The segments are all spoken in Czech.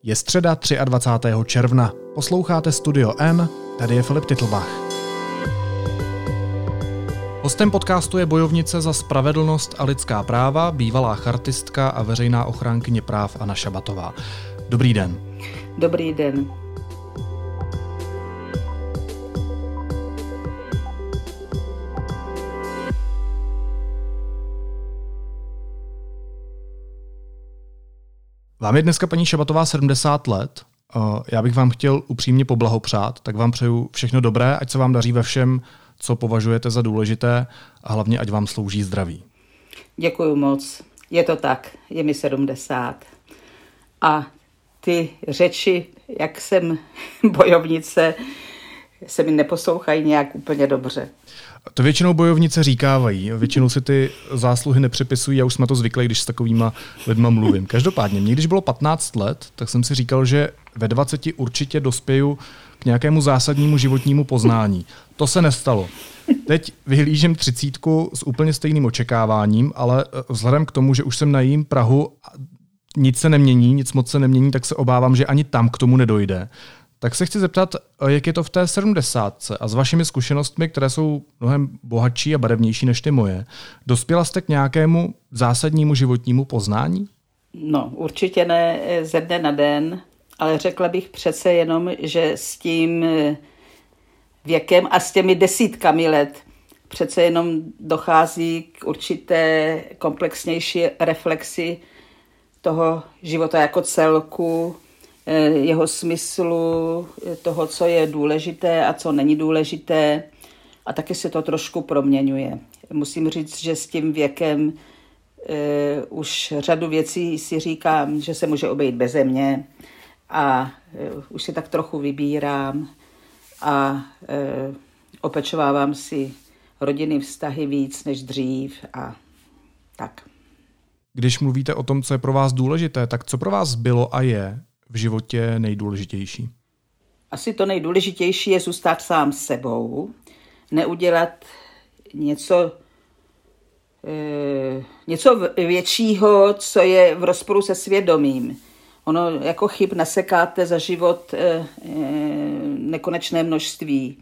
Je středa 23. června. Posloucháte Studio M, tady je Filip Titlbach. Hostem podcastu je bojovnice za spravedlnost a lidská práva, bývalá chartistka a veřejná ochránkyně práv Anna Šabatová. Dobrý den. Dobrý den. Vám je dneska, paní Šabatová, 70 let. Já bych vám chtěl upřímně poblahopřát, tak vám přeju všechno dobré, ať se vám daří ve všem, co považujete za důležité a hlavně, ať vám slouží zdraví. Děkuju moc. Je to tak, je mi 70. A ty řeči, jak jsem bojovnice, se mi neposlouchají nějak úplně dobře. To většinou bojovnice říkávají, většinou si ty zásluhy nepřipisují a už jsme to zvyklí, když s takovýma lidma mluvím. Každopádně, mě když bylo 15 let, tak jsem si říkal, že ve 20 určitě dospěju k nějakému zásadnímu životnímu poznání. To se nestalo. Teď vyhlížím 30 s úplně stejným očekáváním, ale vzhledem k tomu, že už jsem na jejím prahu, nic se nemění, nic moc se nemění, tak se obávám, že ani tam k tomu nedojde. Tak se chci zeptat, jak je to v té 70. a s vašimi zkušenostmi, které jsou mnohem bohatší a barevnější než ty moje, dospěla jste k nějakému zásadnímu životnímu poznání? No, určitě ne ze dne na den, ale řekla bych přece jenom, že s tím věkem a s těmi desítkami let přece jenom dochází k určité komplexnější reflexi toho života jako celku, jeho smyslu, toho, co je důležité a co není důležité, a taky se to trošku proměňuje. Musím říct, že s tím věkem už řadu věcí si říkám, že se může obejít beze mě a už si tak trochu vybírám a opečovávám si rodinný vztahy víc než dřív a tak. Když mluvíte o tom, co je pro vás důležité, tak co pro vás bylo a je v životě nejdůležitější? Asi to nejdůležitější je zůstat sám sebou, neudělat něco většího, co je v rozporu se svědomím. Ono jako chyb nasekáte za život nekonečné množství.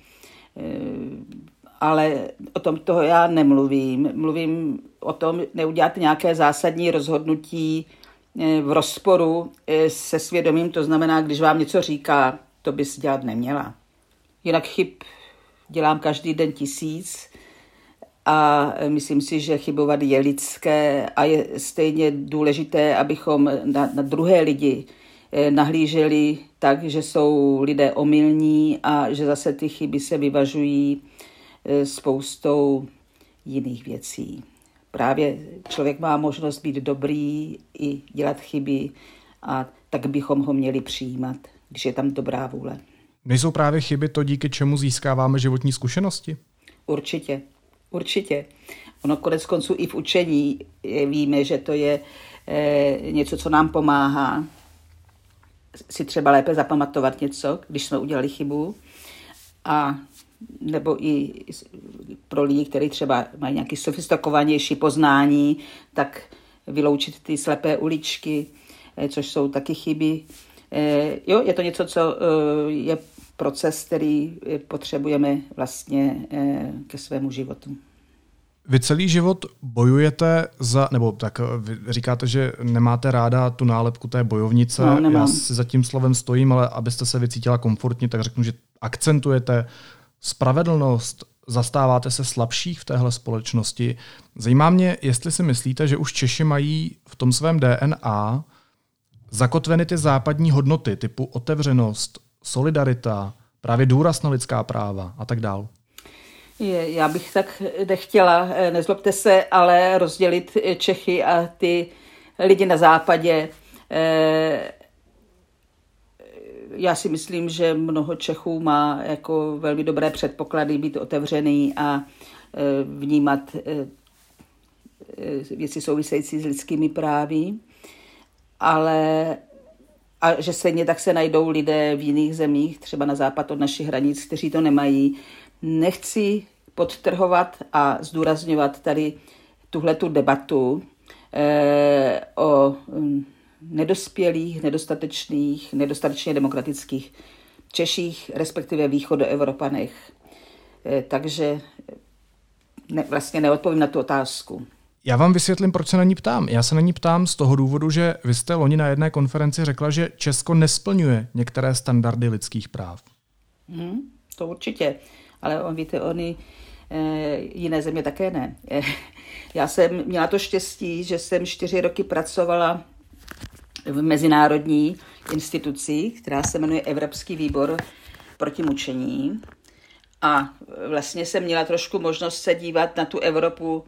Ale o tom toho já nemluvím. Mluvím o tom, neudělat nějaké zásadní rozhodnutí v rozporu se svědomím, to znamená, když vám něco říká, to bys dělat neměla. Jinak chyb dělám každý den 1000 a myslím si, že chybovat je lidské a je stejně důležité, abychom na druhé lidi nahlíželi tak, že jsou lidé omylní a že zase ty chyby se vyvažují spoustou jiných věcí. Právě člověk má možnost být dobrý i dělat chyby a tak bychom ho měli přijímat, když je tam dobrá vůle. Nejsou právě chyby to, díky čemu získáváme životní zkušenosti? Určitě. Ono konec konců i v učení víme, že to je něco, co nám pomáhá si třeba lépe zapamatovat něco, když jsme udělali chybu, a nebo i pro lidi, kteří třeba mají nějaké sofistikovanější poznání, tak vyloučit ty slepé uličky, což jsou taky chyby. Jo, je to něco, co je proces, který potřebujeme vlastně ke svému životu. Vy celý život bojujete nebo tak vy říkáte, že nemáte ráda tu nálepku té bojovnice. No, já si za tím slovem stojím, ale abyste se vycítila komfortně, tak řeknu, že akcentujete spravedlnost, zastáváte se slabších v téhle společnosti. Zajímá mě, jestli si myslíte, že už Češi mají v tom svém DNA zakotveny ty západní hodnoty typu otevřenost, solidarita, právě důraz na lidská práva a tak dál. Já bych tak nechtěla, nezlobte se, ale rozdělit Čechy a ty lidi na západě. Já si myslím, že mnoho Čechů má jako velmi dobré předpoklady být otevřený a vnímat věci související s lidskými právy, ale a že stejně tak se najdou lidé v jiných zemích, třeba na západ od našich hranic, kteří to nemají. Nechci podtrhovat a zdůrazňovat tady tuhletu debatu o nedospělých, nedostatečně demokratických Češích, respektive východoevropanech. Takže vlastně neodpovím na tu otázku. Já vám vysvětlím, proč se na ní ptám. Já se na ní ptám z toho důvodu, že vy jste loni na jedné konferenci řekla, že Česko nesplňuje některé standardy lidských práv. To určitě, ale víte, jiné země také ne. Já jsem měla to štěstí, že jsem 4 roky pracovala v mezinárodní instituci, která se jmenuje Evropský výbor proti mučení. A vlastně jsem měla trošku možnost se dívat na tu Evropu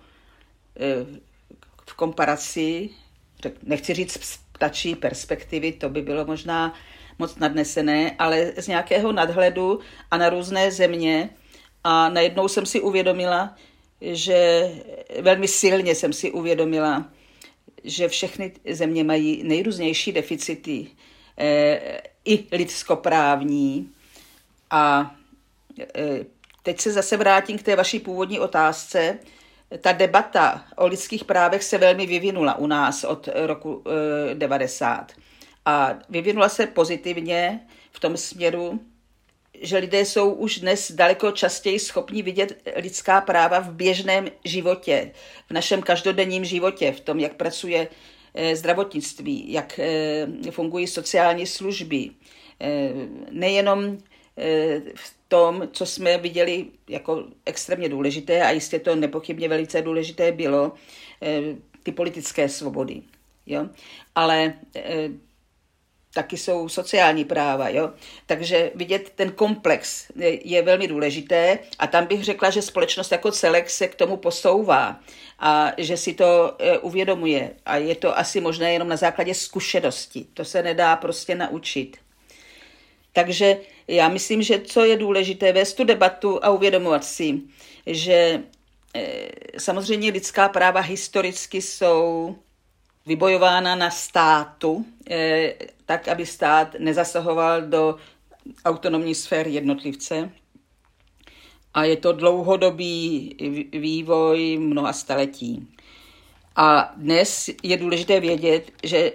v komparaci, nechci říct z ptačí perspektivy, to by bylo možná moc nadnesené, ale z nějakého nadhledu a na různé země. A najednou jsem si uvědomila, že velmi silně jsem si uvědomila, že všechny země mají nejrůznější deficity, i lidskoprávní. A teď se zase vrátím k té vaší původní otázce. Ta debata o lidských právech se velmi vyvinula u nás od roku 90. A vyvinula se pozitivně v tom směru, že lidé jsou už dnes daleko častěji schopni vidět lidská práva v běžném životě, v našem každodenním životě, v tom, jak pracuje zdravotnictví, jak fungují sociální služby. Nejenom v tom, co jsme viděli jako extrémně důležité, a jistě to nepochybně velice důležité bylo, ty politické svobody. Jo? Ale taky jsou sociální práva. Jo? Takže vidět ten komplex je velmi důležité a tam bych řekla, že společnost jako celek se k tomu posouvá a že si to uvědomuje. A je to asi možné jenom na základě zkušenosti. To se nedá prostě naučit. Takže já myslím, že co je důležité, vést tu debatu a uvědomovat si, že samozřejmě lidská práva historicky jsou vybojována na státu, tak, aby stát nezasahoval do autonomní sféry jednotlivce. A je to dlouhodobý vývoj mnoha staletí. A dnes je důležité vědět,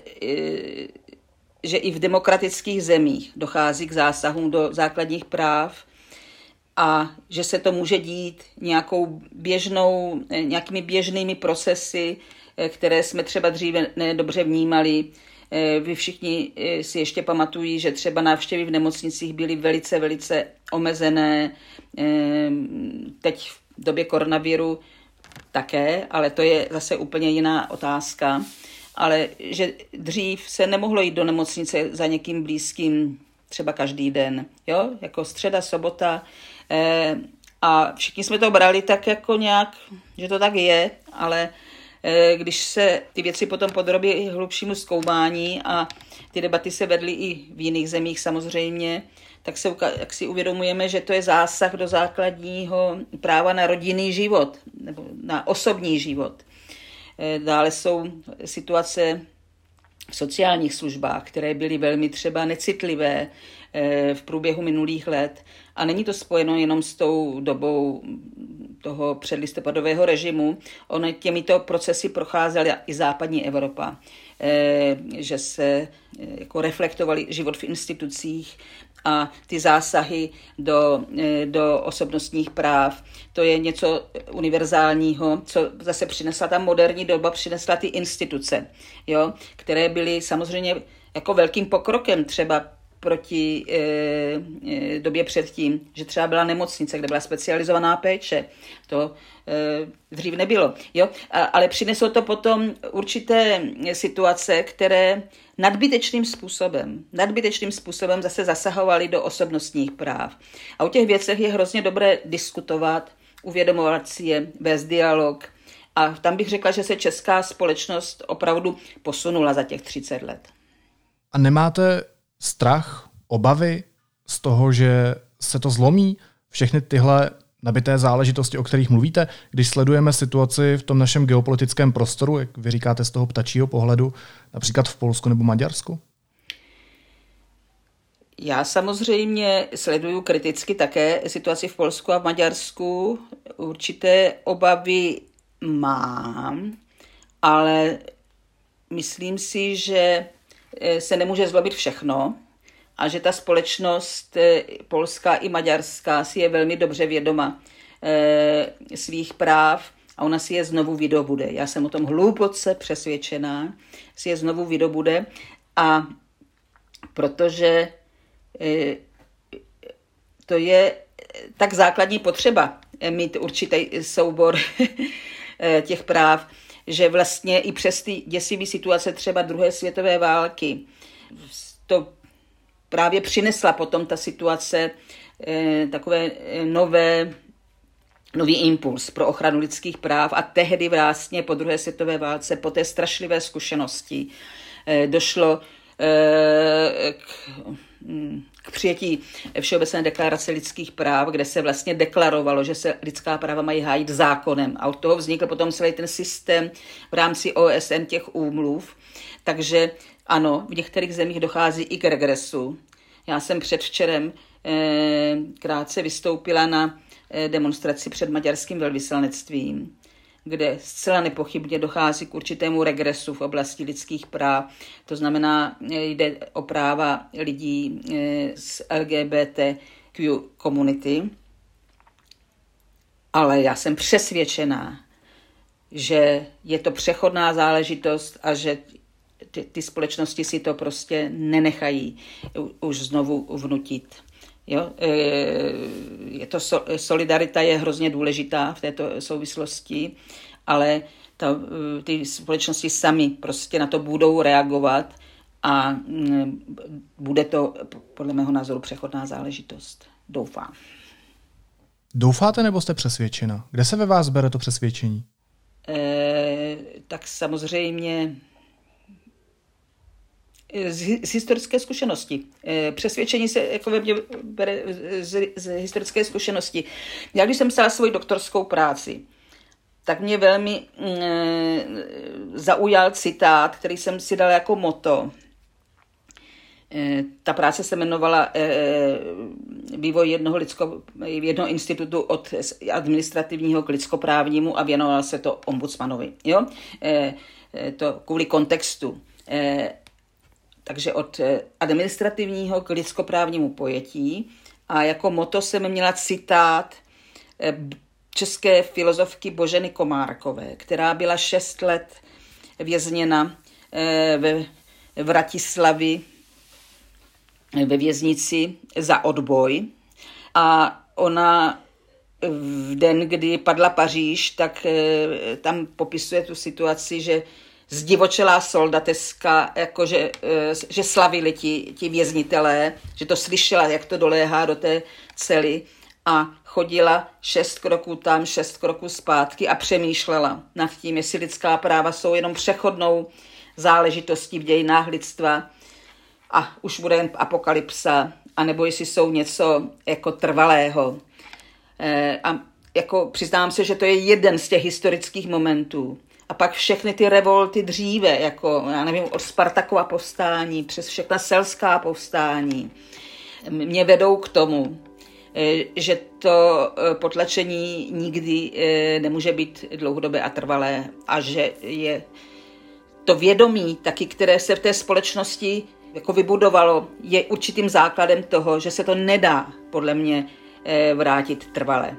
že i v demokratických zemích dochází k zásahům do základních práv a že se to může dít nějakými běžnými procesy, které jsme třeba dříve nedobře vnímali. Vy všichni si ještě pamatují, že třeba návštěvy v nemocnicích byly velice, velice omezené. Teď v době koronaviru také, ale to je zase úplně jiná otázka. Ale že dřív se nemohlo jít do nemocnice za někým blízkým třeba každý den, jo? Jako středa, sobota. A všichni jsme to brali tak jako nějak, že to tak je, ale když se ty věci potom podrobí hlubšímu zkoumání a ty debaty se vedly i v jiných zemích samozřejmě, tak si uvědomujeme, že to je zásah do základního práva na rodinný život nebo na osobní život. Dále jsou situace v sociálních službách, které byly velmi třeba necitlivé v průběhu minulých let. A není to spojeno jenom s tou dobou toho předlistopadového režimu. Ono těmito procesy procházela i západní Evropa, že se jako reflektovali život v institucích a ty zásahy do osobnostních práv. To je něco univerzálního, co zase přinesla ta moderní doba, přinesla ty instituce, jo, které byly samozřejmě jako velkým pokrokem třeba proti době předtím, že třeba byla nemocnice, kde byla specializovaná péče. To dřív nebylo. Jo? Ale přineslo to potom určité situace, které nadbytečným způsobem zase zasahovaly do osobnostních práv. A o těch věcech je hrozně dobré diskutovat, uvědomovat si je, vést dialog. A tam bych řekla, že se česká společnost opravdu posunula za těch 30 let. A nemáte strach, obavy z toho, že se to zlomí? Všechny tyhle nabité záležitosti, o kterých mluvíte, když sledujeme situaci v tom našem geopolitickém prostoru, jak vy říkáte z toho ptačího pohledu, například v Polsku nebo Maďarsku? Já samozřejmě sleduju kriticky také situaci v Polsku a v Maďarsku. Určité obavy mám, ale myslím si, že se nemůže zlobit všechno a že ta společnost polská i maďarská si je velmi dobře vědoma svých práv a ona si je znovu vydobude. Já jsem o tom hluboce přesvědčená, si je znovu vydobude a protože to je tak základní potřeba mít určitý soubor těch práv, že vlastně i přes ty děsivé situace třeba druhé světové války to právě přinesla potom ta situace takové nový impuls pro ochranu lidských práv a tehdy vlastně po druhé světové válce, po té strašlivé zkušenosti došlo k přijetí Všeobecné deklarace lidských práv, kde se vlastně deklarovalo, že se lidská práva mají hájit zákonem. A od toho vznikl potom celý ten systém v rámci OSN těch úmluv. Takže ano, v některých zemích dochází i k regresu. Já jsem předvčerem krátce vystoupila na demonstraci před maďarským velvyslanectvím, kde zcela nepochybně dochází k určitému regresu v oblasti lidských práv. To znamená, jde o práva lidí z LGBTQ komunity. Ale já jsem přesvědčená, že je to přechodná záležitost a že ty společnosti si to prostě nenechají už znovu vnutit. Jo? Solidarita je hrozně důležitá v této souvislosti, ale ty společnosti sami prostě na to budou reagovat a bude to podle mého názoru přechodná záležitost. Doufám. Doufáte nebo jste přesvědčena? Kde se ve vás bere to přesvědčení? Tak samozřejmě z historické zkušenosti. Přesvědčení se jako ve mně bere z historické zkušenosti. Já když jsem psala svoji doktorskou práci, tak mě velmi zaujal citát, který jsem si dala jako motto. Ta práce se jmenovala Vývoj jednoho institutu od administrativního k lidskoprávnímu a věnovala se to ombudsmanovi. Jo? To kvůli kontextu. Takže od administrativního k lidskoprávnímu pojetí. A jako motto jsem měla citát české filozofky Boženy Komárkové, která byla 6 let vězněna ve Vratislavi ve věznici za odboj. A ona v den, kdy padla Paříž, tak tam popisuje tu situaci, že zdivočelá soldateska, jakože, že slavili ti věznitelé, že to slyšela, jak to doléhá do té cely a chodila 6 kroků tam, 6 kroků zpátky a přemýšlela nad tím, jestli lidská práva jsou jenom přechodnou záležitostí v dějinách lidstva a už bude jen apokalypsa, anebo jestli jsou něco jako trvalého. A jako přiznám se, že to je jeden z těch historických momentů. A pak všechny ty revolty dříve, jako, já nevím, od Spartakova povstání přes všechna selská povstání, mě vedou k tomu, že to potlačení nikdy nemůže být dlouhodobé a trvalé a že je to vědomí taky, které se v té společnosti jako vybudovalo, je určitým základem toho, že se to nedá podle mě vrátit trvale.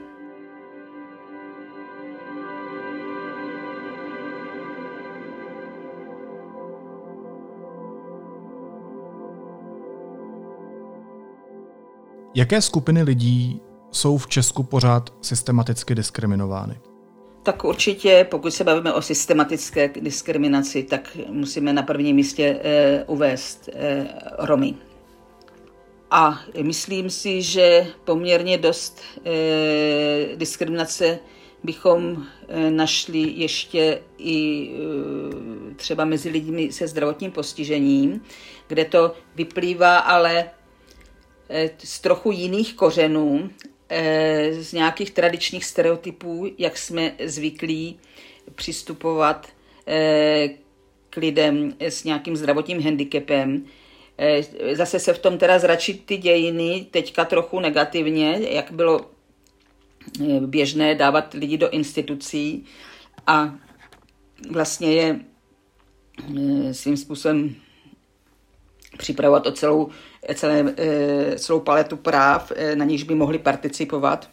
Jaké skupiny lidí jsou v Česku pořád systematicky diskriminovány? Tak určitě, pokud se bavíme o systematické diskriminaci, tak musíme na prvním místě uvést Romy. A myslím si, že poměrně dost diskriminace bychom našli ještě i třeba mezi lidmi se zdravotním postižením, kde to vyplývá ale z trochu jiných kořenů, z nějakých tradičních stereotypů, jak jsme zvyklí přistupovat k lidem s nějakým zdravotním handicapem. Zase se v tom teda zračit ty dějiny teďka trochu negativně, jak bylo běžné dávat lidi do institucí a vlastně je svým způsobem připravovat o celou paletu práv, na nichž by mohli participovat.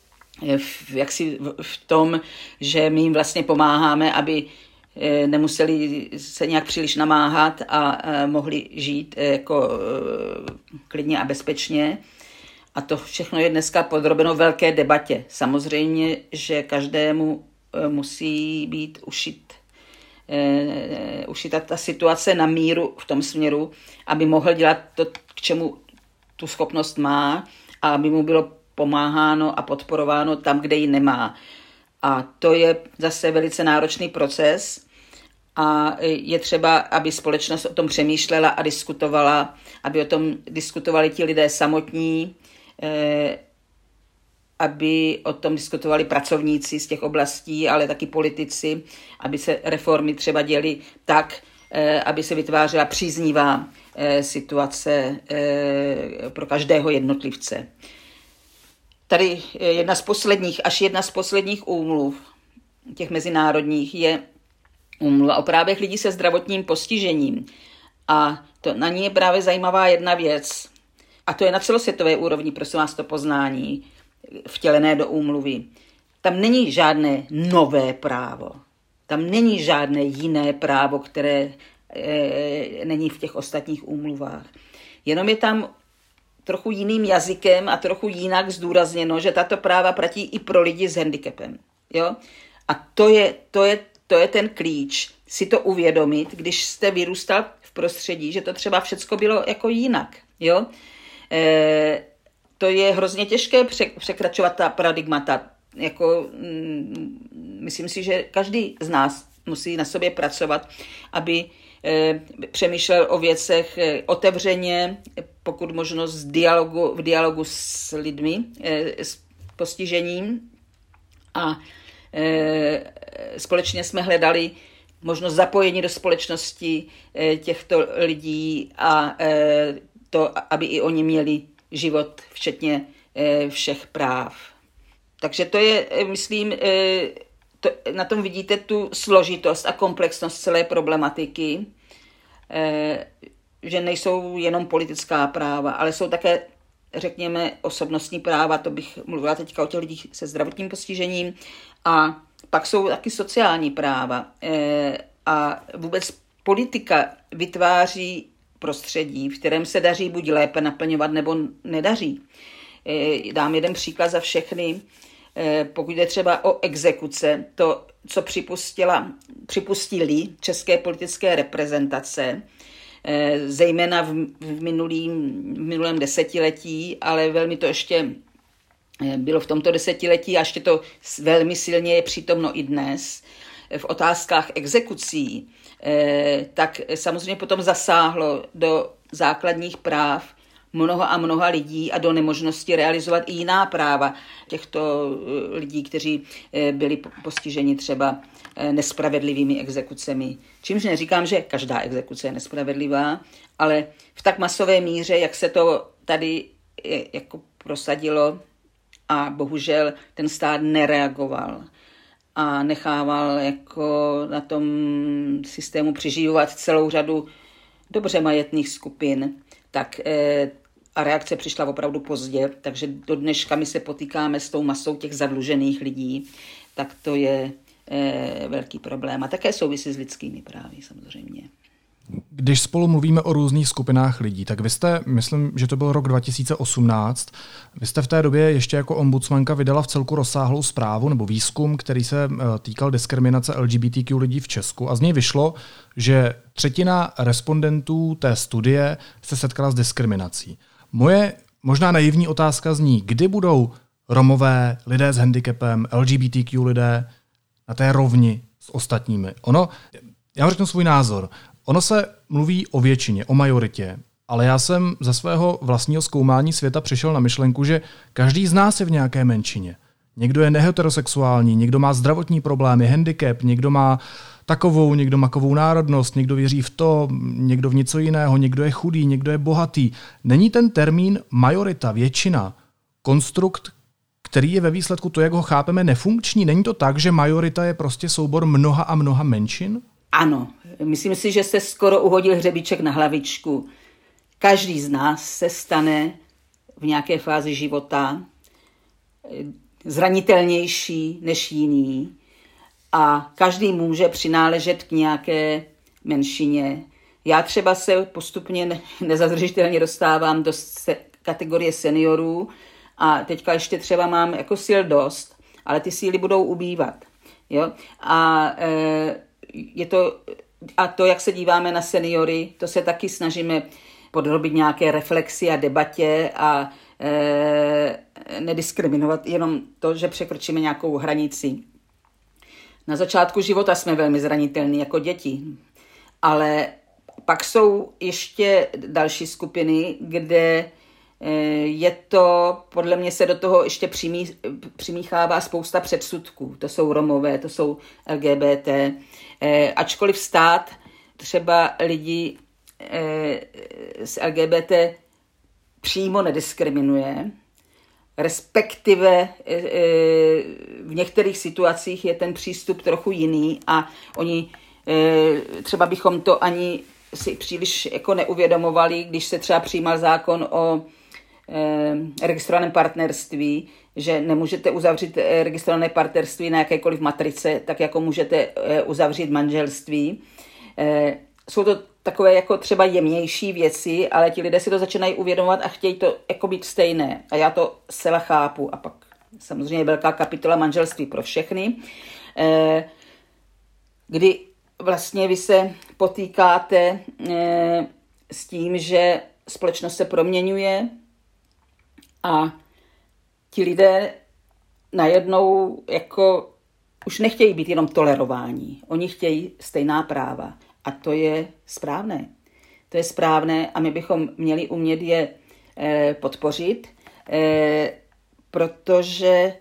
V tom, že my jim vlastně pomáháme, aby nemuseli se nějak příliš namáhat a mohli žít jako klidně a bezpečně. A to všechno je dneska podrobeno velké debatě. Samozřejmě, že každému musí být ušita ta situace na míru v tom směru, aby mohl dělat to, k čemu tu schopnost má, a aby mu bylo pomáháno a podporováno tam, kde ji nemá. A to je zase velice náročný proces a je třeba, aby společnost o tom přemýšlela a diskutovala, aby o tom diskutovali ti lidé samotní, aby o tom diskutovali pracovníci z těch oblastí, ale taky politici, aby se reformy třeba děly tak, aby se vytvářela příznivá situace pro každého jednotlivce. Tady jedna z posledních úmluv, těch mezinárodních, je úmluva o právech lidí se zdravotním postižením. A na ní je právě zajímavá jedna věc. A to je na celosvětové úrovni, prosím vás, to poznání vtělené do úmluvy. Tam není žádné nové právo. Tam není žádné jiné právo, které není v těch ostatních úmluvách. Jenom je tam trochu jiným jazykem a trochu jinak zdůrazněno, že tato práva platí i pro lidi s handicapem. Jo? A to je ten klíč, si to uvědomit, když jste vyrůstal v prostředí, že to třeba všecko bylo jako jinak. Jo? To je hrozně těžké překračovat ta paradigmata. Myslím si, že každý z nás musí na sobě pracovat, aby přemýšlel o věcech otevřeně, pokud možno v dialogu s lidmi s postižením. A společně jsme hledali možnost zapojení do společnosti těchto lidí a to, aby i oni měli život, včetně všech práv. Takže to je, myslím, na tom vidíte tu složitost a komplexnost celé problematiky, že nejsou jenom politická práva, ale jsou také, řekněme, osobnostní práva, to bych mluvila teďka o těch lidích se zdravotním postižením, a pak jsou taky sociální práva. A vůbec politika vytváří prostředí, v kterém se daří buď lépe naplňovat, nebo nedaří. Dám jeden příklad za všechny. Pokud jde třeba o exekuce, to, co připustili české politické reprezentace, zejména v minulém desetiletí, ale velmi to ještě bylo v tomto desetiletí a ještě to velmi silně je přítomno i dnes v otázkách exekucí, tak samozřejmě potom zasáhlo do základních práv mnoha lidí a do nemožnosti realizovat i jiná práva těchto lidí, kteří byli postiženi třeba nespravedlivými exekucemi. Čímž neříkám, že každá exekuce je nespravedlivá, ale v tak masové míře, jak se to tady jako prosadilo, a bohužel ten stát nereagoval a nechával jako na tom systému přežívat celou řadu dobře majetných skupin, tak a reakce přišla opravdu pozdě, takže do dneška my se potýkáme s tou masou těch zadlužených lidí, tak to je velký problém a také souvisí s lidskými právy samozřejmě. Když spolu mluvíme o různých skupinách lidí, tak vy jste, myslím, že to byl rok 2018, vy jste v té době ještě jako ombudsmanka vydala v celku rozsáhlou zprávu nebo výzkum, který se týkal diskriminace LGBTQ lidí v Česku, a z něj vyšlo, že 1/3 respondentů té studie se setkala s diskriminací. Moje možná naivní otázka zní, kdy budou Romové, lidé s handicapem, LGBTQ lidé na té rovni s ostatními. Já vám řeknu svůj názor. Ono se mluví o většině, o majoritě, ale já jsem ze svého vlastního zkoumání světa přišel na myšlenku, že každý z nás je v nějaké menšině. Někdo je neheterosexuální, někdo má zdravotní problémy, handicap, někdo má takovou, někdo makovou národnost, někdo věří v to, někdo v něco jiného, někdo je chudý, někdo je bohatý. Není ten termín majorita, většina, konstrukt, který je ve výsledku to, jak ho chápeme, nefunkční? Není to tak, že majorita je prostě soubor mnoha a mnoha menšin? Ano, myslím si, že jste skoro uhodil hřebíček na hlavičku. každý z nás se stane v nějaké fázi života zranitelnější než jiný a každý může přináležet k nějaké menšině. Já třeba se postupně nezadržitelně dostávám do kategorie seniorů a teďka ještě třeba mám jako sil dost, ale ty síly budou ubývat. Jo? A to, jak se díváme na seniory, to se taky snažíme podrobit nějaké reflexi a debatě a nediskriminovat jenom to, že překročíme nějakou hranici. Na začátku života jsme velmi zranitelní jako děti, ale pak jsou ještě další skupiny, kde je to, podle mě se do toho ještě přimíchává spousta předsudků. To jsou Romové, to jsou LGBT. Ačkoliv stát třeba lidi z LGBT přímo nediskriminuje, respektive v některých situacích je ten přístup trochu jiný a oni třeba bychom to ani si příliš jako neuvědomovali, když se třeba přijímal zákon o registrovaném partnerství, že nemůžete uzavřít registrované partnerství na jakékoliv matrice, tak jako můžete uzavřít manželství. Jsou to takové jako třeba jemnější věci, ale ti lidé si to začínají uvědomovat a chtějí to jako být stejné. A já to zcela chápu. A pak samozřejmě velká kapitola manželství pro všechny, kdy vlastně vy se potýkáte s tím, že společnost se proměňuje a ti lidé najednou jako už nechtějí být jenom tolerováni. Oni chtějí stejná práva. A to je správné. To je správné a my bychom měli umět je podpořit, protože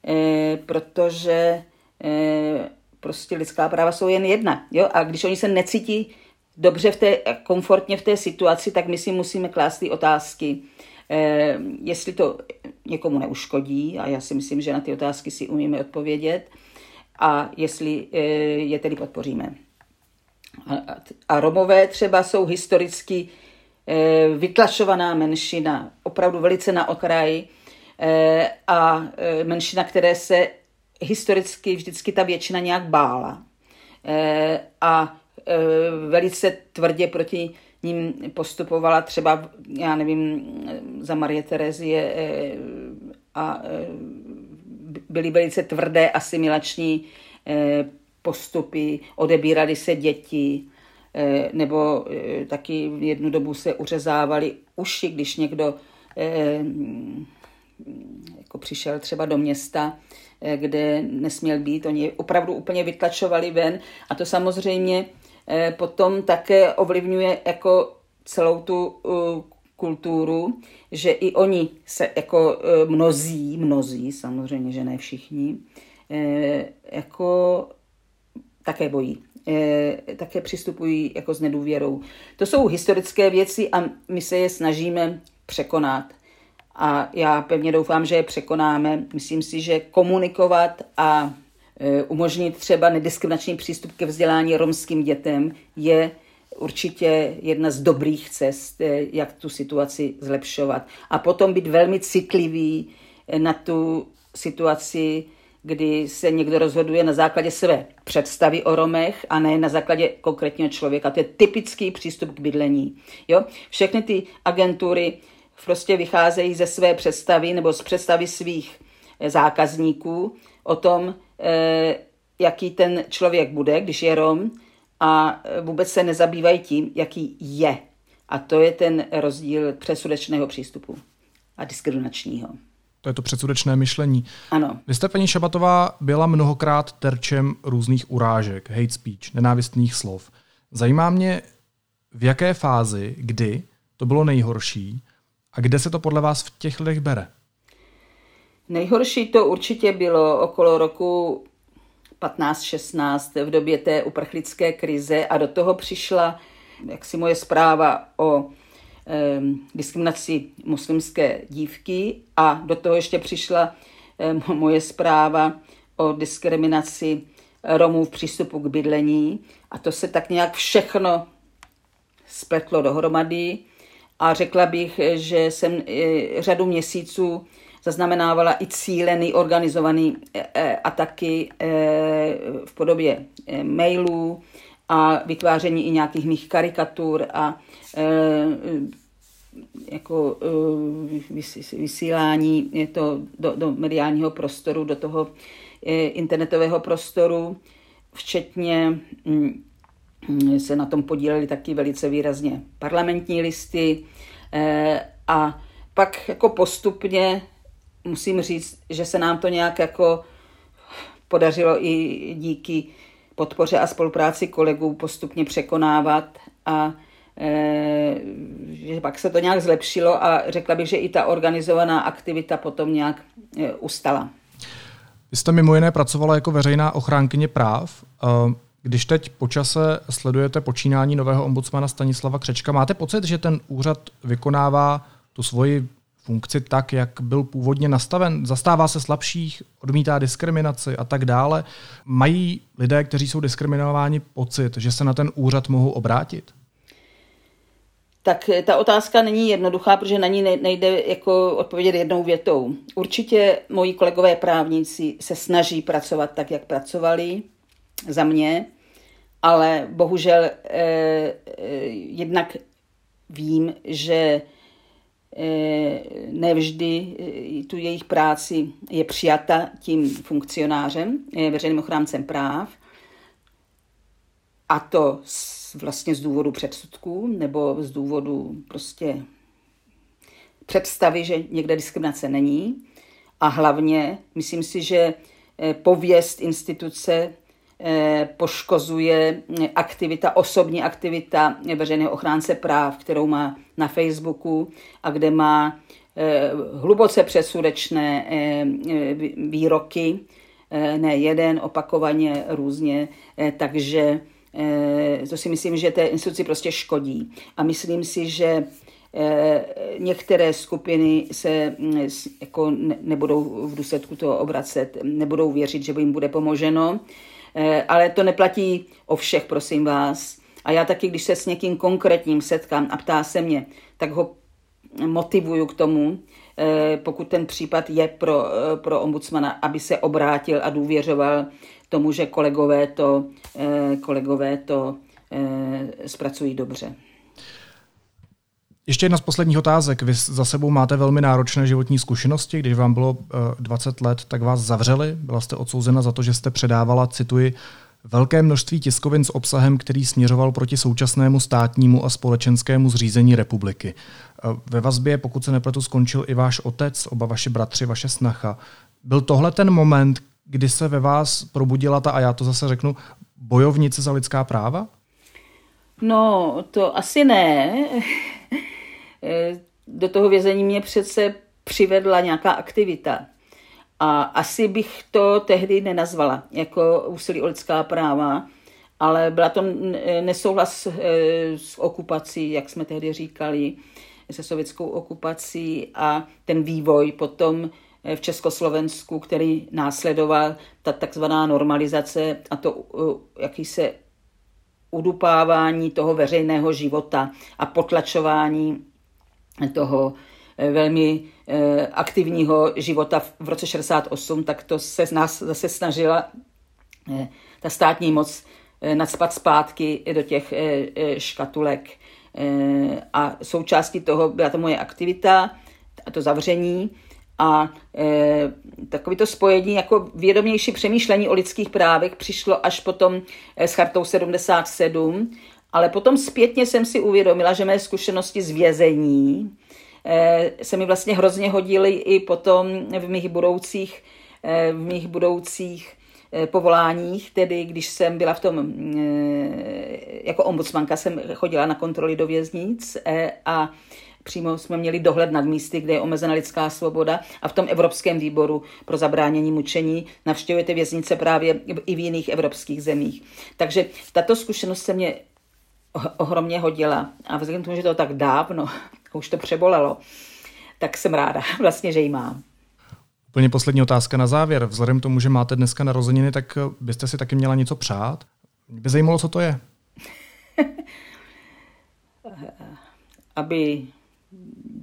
prostě lidská práva jsou jen jedna. Jo? A když oni se necítí dobře komfortně v té situaci, tak my si musíme klást ty otázky, jestli to někomu neuškodí, a já si myslím, že na ty otázky si umíme odpovědět, a jestli je tedy podpoříme. A Romové třeba jsou historicky vytlačovaná menšina, opravdu velice na okraji, a menšina, které se historicky vždycky ta většina nějak bála. A velice tvrdě proti ním postupovala třeba, já nevím, za Marie Terezie a byly velice tvrdé asimilační postupy, odebíraly se děti, nebo taky jednu dobu se uřezávaly uši, když někdo jako přišel třeba do města, kde nesměl být. Oni opravdu úplně vytlačovali ven a to samozřejmě potom také ovlivňuje jako celou tu kulturu, že i oni se jako mnozí, samozřejmě, že ne všichni, jako také bojí. Také přistupují jako s nedůvěrou. To jsou historické věci a my se je snažíme překonat. A já pevně doufám, že je překonáme. Myslím si, že komunikovat a umožnit třeba nediskriminační přístup ke vzdělání romským dětem je určitě jedna z dobrých cest, jak tu situaci zlepšovat. A potom být velmi citlivý na tu situaci, kdy se někdo rozhoduje na základě své představy o Romech a ne na základě konkrétního člověka. To je typický přístup k bydlení. Jo? Všechny ty agentury prostě vycházejí ze své představy nebo z představy svých zákazníků o tom, jaký ten člověk bude, když je Rom, a vůbec se nezabývají tím, jaký je. A to je ten rozdíl předsudečného přístupu a diskriminačního. To je to předsudečné myšlení. Ano. Vy jste, paní Šabatová, byla mnohokrát terčem různých urážek, hate speech, nenávistných slov. Zajímá mě, v jaké fázi, kdy to bylo nejhorší a kde se to podle vás v těch lidech bere? Nejhorší to určitě bylo okolo roku 15-16 v době té uprchlické krize a do toho přišla jaksi moje zpráva o diskriminaci muslimské dívky a do toho ještě přišla moje zpráva o diskriminaci Romů v přístupu k bydlení a to se tak nějak všechno spletlo dohromady A řekla bych, že jsem řadu měsíců zaznamenávala i cílený, organizovaný ataky v podobě mailů a vytváření i nějakých mých karikatur a jako vysílání do mediálního prostoru, do toho internetového prostoru, včetně se na tom podíleli taky velice výrazně parlamentní listy a pak jako postupně musím říct, že se nám to nějak jako podařilo i díky podpoře a spolupráci kolegů postupně překonávat a že pak se to nějak zlepšilo a řekla bych, že i ta organizovaná aktivita potom nějak ustala. Vy jste mimo jiné pracovala jako veřejná ochránkyně práv. Když teď po čase sledujete počínání nového ombudsmana Stanislava Křečka, máte pocit, že ten úřad vykonává tu svoji funkci tak, jak byl původně nastaven? Zastává se slabších, odmítá diskriminaci a tak dále? Mají lidé, kteří jsou diskriminováni, pocit, že se na ten úřad mohou obrátit? Tak ta otázka není jednoduchá, protože na ní nejde jako odpovědět jednou větou. Určitě moji kolegové právníci se snaží pracovat tak, jak pracovali za mě, ale bohužel jednak vím, že nevždy tu jejich práci je přijata tím funkcionářem, veřejným ochráncem práv, a to vlastně z důvodu předsudků nebo z důvodu prostě představy, že někde diskriminace není. A hlavně myslím si, že pověst instituce poškozuje osobní aktivita veřejného ochránce práv, kterou má na Facebooku a kde má hluboce předsudečné výroky, ne jeden, opakovaně, různě, takže to si myslím, že té instituci prostě škodí. A myslím si, že některé skupiny se jako nebudou v důsledku toho obracet, nebudou věřit, že jim bude pomoženo, ale to neplatí o všech, prosím vás. A já taky, když se s někým konkrétním setkám a ptá se mě, tak ho motivuju k tomu, pokud ten případ je pro ombudsmana, aby se obrátil a důvěřoval tomu, že kolegové to zpracují dobře. Ještě jedna z posledních otázek. Vy za sebou máte velmi náročné životní zkušenosti. Když vám bylo 20 let, tak vás zavřeli. Byla jste odsouzena za to, že jste předávala, cituji, velké množství tiskovin s obsahem, který směřoval proti současnému státnímu a společenskému zřízení republiky. Ve vazbě, pokud se nepletu, skončil i váš otec, oba vaši bratři, vaše snacha. Byl tohle ten moment, kdy se ve vás probudila ta, a já to zase řeknu, bojovnice za lidská práva? No, to asi ne. Do toho vězení mě přece přivedla nějaká aktivita. A asi bych to tehdy nenazvala jako úsilí o lidská práva, ale byla to nesouhlas s okupací, jak jsme tehdy říkali, se sovětskou okupací a ten vývoj potom v Československu, který následoval, ta takzvaná normalizace a to jakýsi udupávání toho veřejného života a potlačování toho velmi aktivního života v roce 68, tak to se z nás zase snažila ta státní moc nacpat zpátky do těch škatulek. A součástí toho byla to moje aktivita, to zavření a takové to spojení jako vědomější přemýšlení o lidských právech přišlo až potom s Chartou 77, ale potom zpětně jsem si uvědomila, že mé zkušenosti z vězení se mi vlastně hrozně hodily i potom v mých budoucích povoláních, tedy když jsem byla v tom, jako ombudsmanka jsem chodila na kontroly do věznic a přímo jsme měli dohled nad místy, kde je omezena lidská svoboda a v tom Evropském výboru pro zabránění mučení navštěvujete věznice právě i v jiných evropských zemích. Takže tato zkušenost se mě ohromně hodila a vzhledem k tomu, že to tak dávno, už to přebolelo, tak jsem ráda vlastně, že ji mám. Úplně poslední otázka na závěr. Vzhledem k tomu, že máte dneska narozeniny, tak byste si taky měla něco přát? Mě by zajímalo, co to je. Aby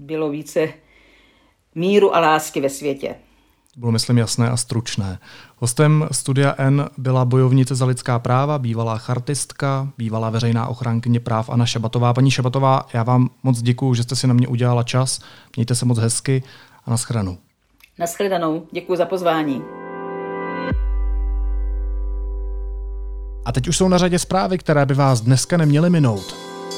bylo více míru a lásky ve světě. Bylo, myslím, jasné a stručné. Hostem Studia N byla bojovnice za lidská práva, bývalá chartistka, bývalá veřejná ochránkyně práv Anna Šabatová. Paní Šabatová, já vám moc děkuju, že jste si na mě udělala čas. Mějte se moc hezky a nashledanou. Nashledanou, děkuji za pozvání. A teď už jsou na řadě zprávy, které by vás dneska neměly minout.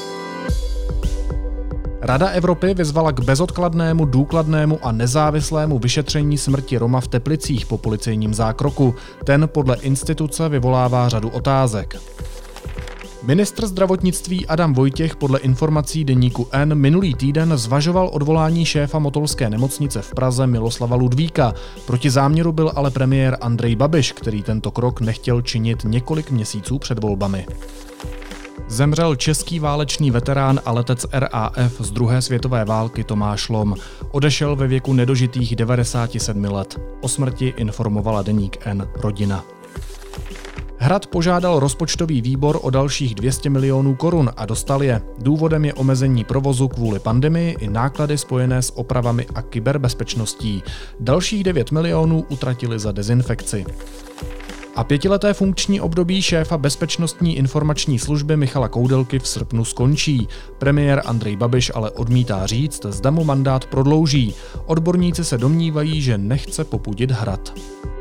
Rada Evropy vyzvala k bezodkladnému, důkladnému a nezávislému vyšetření smrti Roma v Teplicích po policejním zákroku. Ten podle instituce vyvolává řadu otázek. Ministr zdravotnictví Adam Vojtěch podle informací deníku N minulý týden zvažoval odvolání šéfa motolské nemocnice v Praze Miloslava Ludvíka. Proti záměru byl ale premiér Andrej Babiš, který tento krok nechtěl činit několik měsíců před volbami. Zemřel český válečný veterán a letec RAF z druhé světové války Tomáš Lom. Odešel ve věku nedožitých 97 let. O smrti informovala deník N rodina. Hrad požádal rozpočtový výbor o dalších 200 milionů korun a dostal je. Důvodem je omezení provozu kvůli pandemii i náklady spojené s opravami a kyberbezpečností. Dalších 9 milionů utratili za dezinfekci. A 5leté funkční období šéfa Bezpečnostní informační služby Michala Koudelky v srpnu skončí. Premiér Andrej Babiš ale odmítá říct, zda mu mandát prodlouží. Odborníci se domnívají, že nechce popudit Hrad.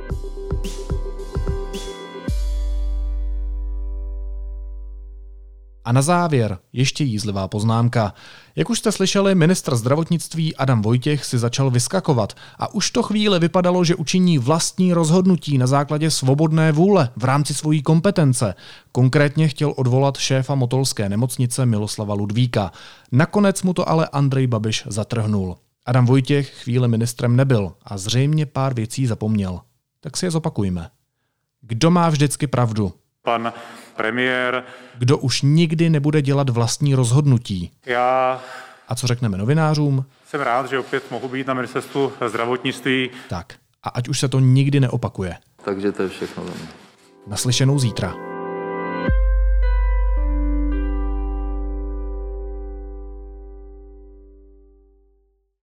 A na závěr ještě jízlivá poznámka. Jak už jste slyšeli, ministr zdravotnictví Adam Vojtěch si začal vyskakovat a už to chvíli vypadalo, že učiní vlastní rozhodnutí na základě svobodné vůle v rámci svojí kompetence. Konkrétně chtěl odvolat šéfa motolské nemocnice Miloslava Ludvíka. Nakonec mu to ale Andrej Babiš zatrhnul. Adam Vojtěch chvíli ministrem nebyl a zřejmě pár věcí zapomněl. Tak si je zopakujme. Kdo má vždycky pravdu? Pan premiér. Kdo už nikdy nebude dělat vlastní rozhodnutí? Já. A co řekneme novinářům? Jsem rád, že opět mohu být na ministerstvu zdravotnictví. Tak, a ať už se to nikdy neopakuje. Takže to je všechno. Naslyšenou zítra.